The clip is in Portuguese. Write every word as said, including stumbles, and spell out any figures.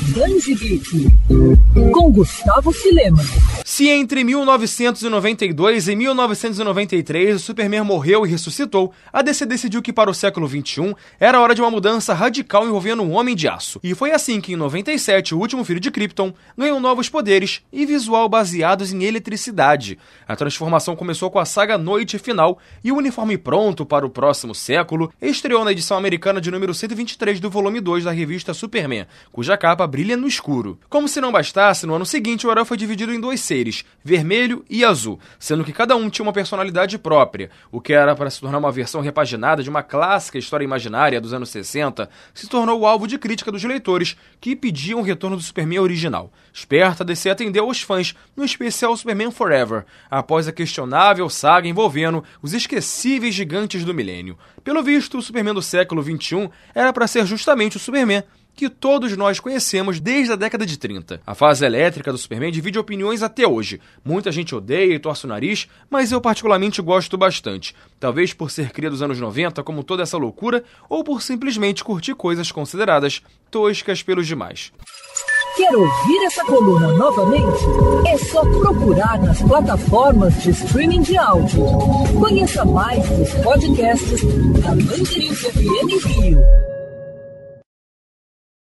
Danji Geek, com Gustavo Filema. Se entre mil novecentos e noventa e dois e mil novecentos e noventa e três o Superman morreu e ressuscitou, a D C decidiu que para o século vinte e um era hora de uma mudança radical envolvendo um Homem de Aço. E foi assim que em noventa e sete o último filho de Krypton ganhou novos poderes e visual baseados em eletricidade. A transformação começou com a saga Noite Final e o uniforme pronto para o próximo século estreou na edição americana de número cento e vinte e três do volume dois da revista Superman, cuja capa brilha no escuro. Como se não bastasse, no ano seguinte o herói foi dividido em dois seres, vermelho e azul, sendo que cada um tinha uma personalidade própria. O que era para se tornar uma versão repaginada de uma clássica história imaginária dos anos sessenta, se tornou o alvo de crítica dos leitores, que pediam o retorno do Superman original. Esperta, a D C atendeu aos fãs no especial Superman Forever, após a questionável saga envolvendo os esquecíveis gigantes do milênio. Pelo visto, o Superman do século vinte e um era para ser justamente o Superman que todos nós conhecemos desde a década de trinta. A fase elétrica do Superman divide opiniões até hoje. Muita gente odeia e torce o nariz, mas eu particularmente gosto bastante. Talvez por ser cria dos anos noventa, como toda essa loucura, ou por simplesmente curtir coisas consideradas toscas pelos demais. Quer ouvir essa coluna novamente? É só procurar nas plataformas de streaming de áudio. Conheça mais dos podcasts da Mandirinhos F M Rio.